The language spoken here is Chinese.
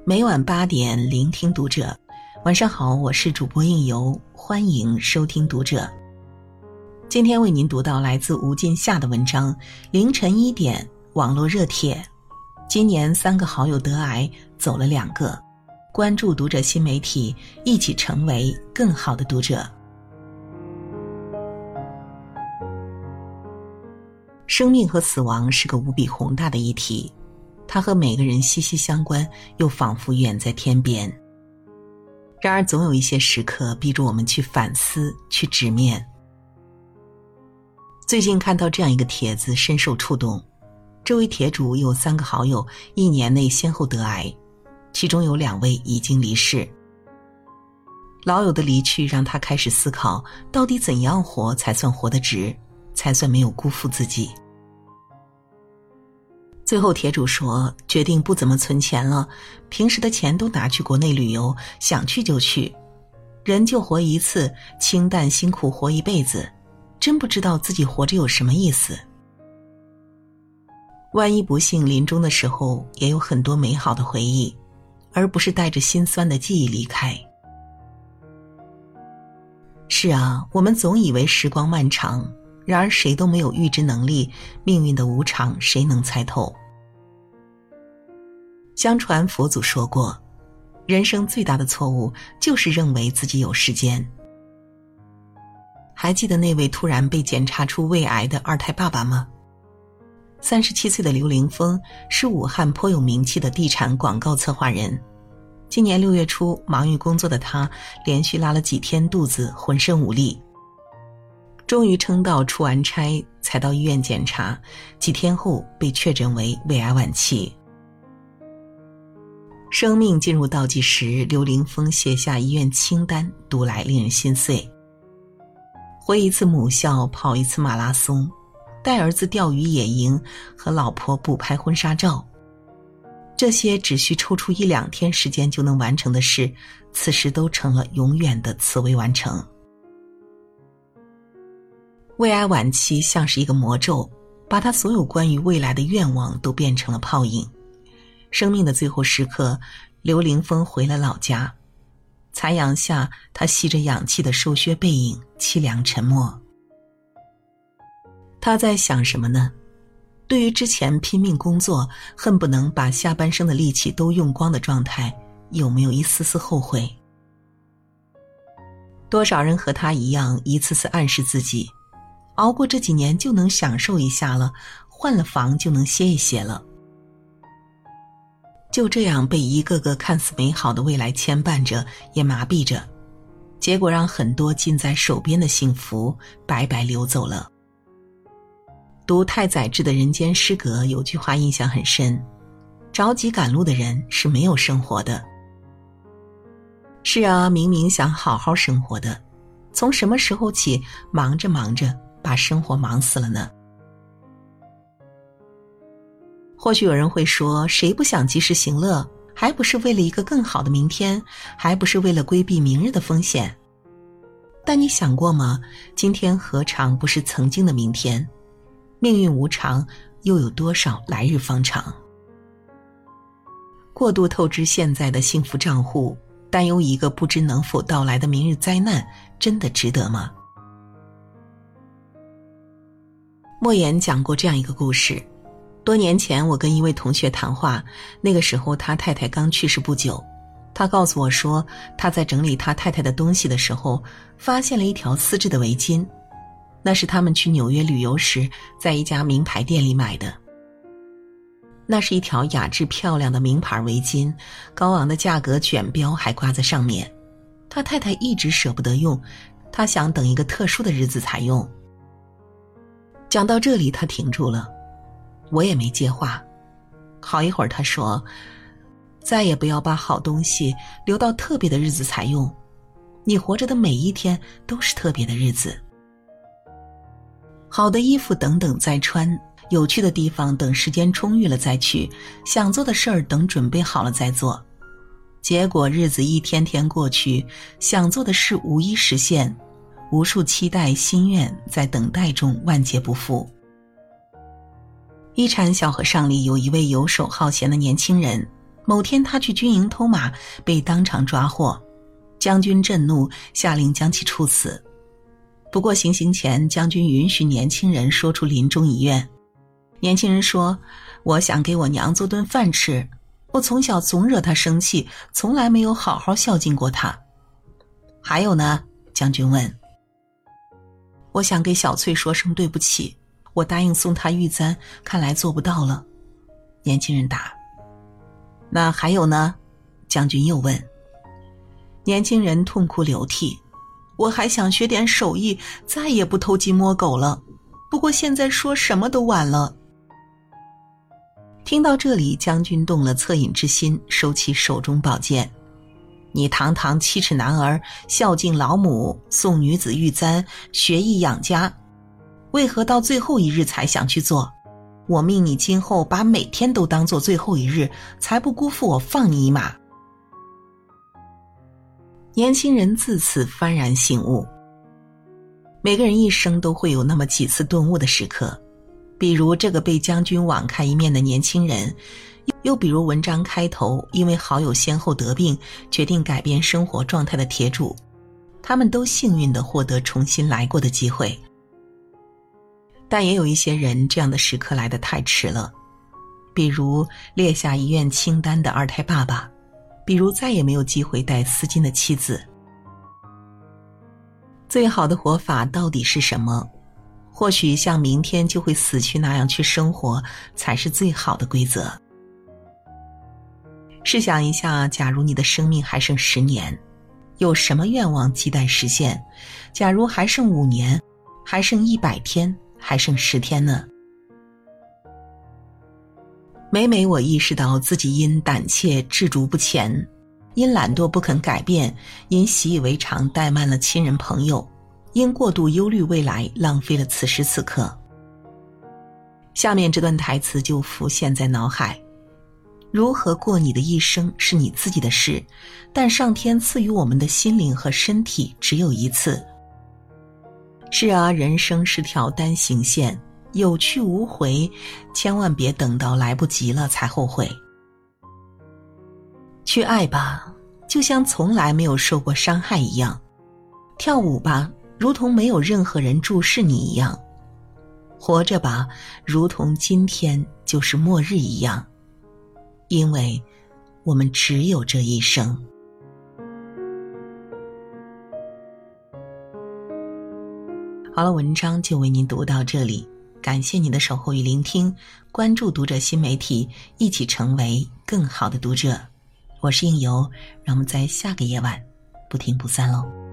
每晚8点聆听读者。晚上好，我是主播应由，欢迎收听读者。今天为您读到来自吴尽夏的文章，凌晨1点网络热帖，今年3个好友得癌，走了2个。关注读者新媒体，一起成为更好的读者。生命和死亡是个无比宏大的议题，它和每个人息息相关，又仿佛远在天边。然而总有一些时刻逼着我们去反思，去直面。最近看到这样一个帖子，深受触动。这位帖主有3个好友1年内先后得癌，其中有2位已经离世。老友的离去让他开始思考，到底怎样活才算活得值，才算没有辜负自己。最后帖主说，决定不怎么存钱了，平时的钱都拿去国内旅游，想去就去。人就活一次，清淡辛苦活一辈子，真不知道自己活着有什么意思。万一不幸临终的时候，也有很多美好的回忆，而不是带着心酸的记忆离开。是啊，我们总以为时光漫长，然而谁都没有预知能力，命运的无常谁能猜透？相传佛祖说过，人生最大的错误就是认为自己有时间。还记得那位突然被检查出胃癌的2胎爸爸吗？37岁的刘凌峰是武汉颇有名气的地产广告策划人。今年6月初，忙于工作的他连续拉了几天肚子，浑身无力。终于撑到出完差才到医院检查，几天后被确诊为胃癌晚期。生命进入倒计时，刘凌峰写下医院清单，读来令人心碎。回一次母校，跑一次马拉松，带儿子钓鱼野营，和老婆补拍婚纱照，这些只需抽出1-2天时间就能完成的事，此时都成了永远的此未完成。胃癌晚期像是一个魔咒，把他所有关于未来的愿望都变成了泡影。生命的最后时刻，刘凌峰回了老家。残阳下，他吸着氧气的瘦削背影，凄凉沉默。他在想什么呢？对于之前拼命工作，恨不能把下半生的力气都用光的状态，有没有一丝丝后悔？多少人和他一样，一次次暗示自己，熬过这几年就能享受一下了，换了房就能歇一歇了。就这样被一个个看似美好的未来牵绊着，也麻痹着，结果让很多近在手边的幸福白白流走了。读太宰治的人间失格有句话印象很深，着急赶路的人是没有生活的。是啊，明明想好好生活的，从什么时候起忙着忙着把生活忙死了呢？或许有人会说，谁不想及时行乐，还不是为了一个更好的明天，还不是为了规避明日的风险。但你想过吗？今天何尝不是曾经的明天？命运无常，又有多少来日方长？过度透支现在的幸福账户，担忧一个不知能否到来的明日灾难，真的值得吗？莫言讲过这样一个故事。多年前我跟一位同学谈话，那个时候他太太刚去世不久。他告诉我说，他在整理他太太的东西的时候，发现了一条丝质的围巾，那是他们去纽约旅游时在一家名牌店里买的。那是一条雅致漂亮的名牌围巾，高昂的价格卷标还挂在上面。他太太一直舍不得用，他想等一个特殊的日子才用。讲到这里他停住了，我也没接话。好一会儿他说，再也不要把好东西留到特别的日子才用，你活着的每一天都是特别的日子。好的衣服等等再穿，有趣的地方等时间充裕了再去，想做的事儿等准备好了再做。结果日子一天天过去，想做的事无一实现，无数期待心愿在等待中万劫不复。一禅小和尚里有一位游手好闲的年轻人， 某天他去军营偷马，被当场抓获，将军震怒，下令将其处死。不过行刑前，将军允许年轻人说出临终遗愿。年轻人说，我想给我娘做顿饭吃，我从小总惹她生气，从来没有好好孝敬过她。还有呢？将军问。我想给小翠说声对不起，我答应送她玉簪，看来做不到了。年轻人答。那还有呢？将军又问。年轻人痛哭流涕，我还想学点手艺，再也不偷鸡摸狗了，不过现在说什么都晚了。听到这里，将军动了恻隐之心，收起手中宝剑。你堂堂7尺男儿，孝敬老母，送女子玉簪，学艺养家，为何到最后一日才想去做？我命你今后把每天都当作最后一日，才不辜负我放你一马。年轻人自此幡然醒悟。每个人一生都会有那么几次顿悟的时刻，比如这个被将军网开一面的年轻人，又比如文章开头因为好友先后得病，决定改变生活状态的铁主，他们都幸运地获得重新来过的机会。但也有一些人，这样的时刻来得太迟了，比如列下遗愿清单的2胎爸爸，比如再也没有机会戴丝巾的妻子。最好的活法到底是什么？或许像明天就会死去那样去生活，才是最好的规则。试想一下，假如你的生命还剩10年，有什么愿望亟待实现？假如还剩5年，还剩100天，还剩10天呢？每每我意识到自己因胆怯执着不前，因懒惰不肯改变，因习以为常怠慢了亲人朋友，因过度忧虑未来浪费了此时此刻，下面这段台词就浮现在脑海。如何过你的一生是你自己的事，但上天赐予我们的心灵和身体只有一次。是啊，人生是条单行线，有去无回，千万别等到来不及了才后悔。去爱吧，就像从来没有受过伤害一样；跳舞吧，如同没有任何人注视你一样；活着吧，如同今天就是末日一样。因为我们只有这一生。好了，文章就为您读到这里，感谢您的守候与聆听，关注读者新媒体，一起成为更好的读者。我是应由，让我们在下个夜晚不听不散喽。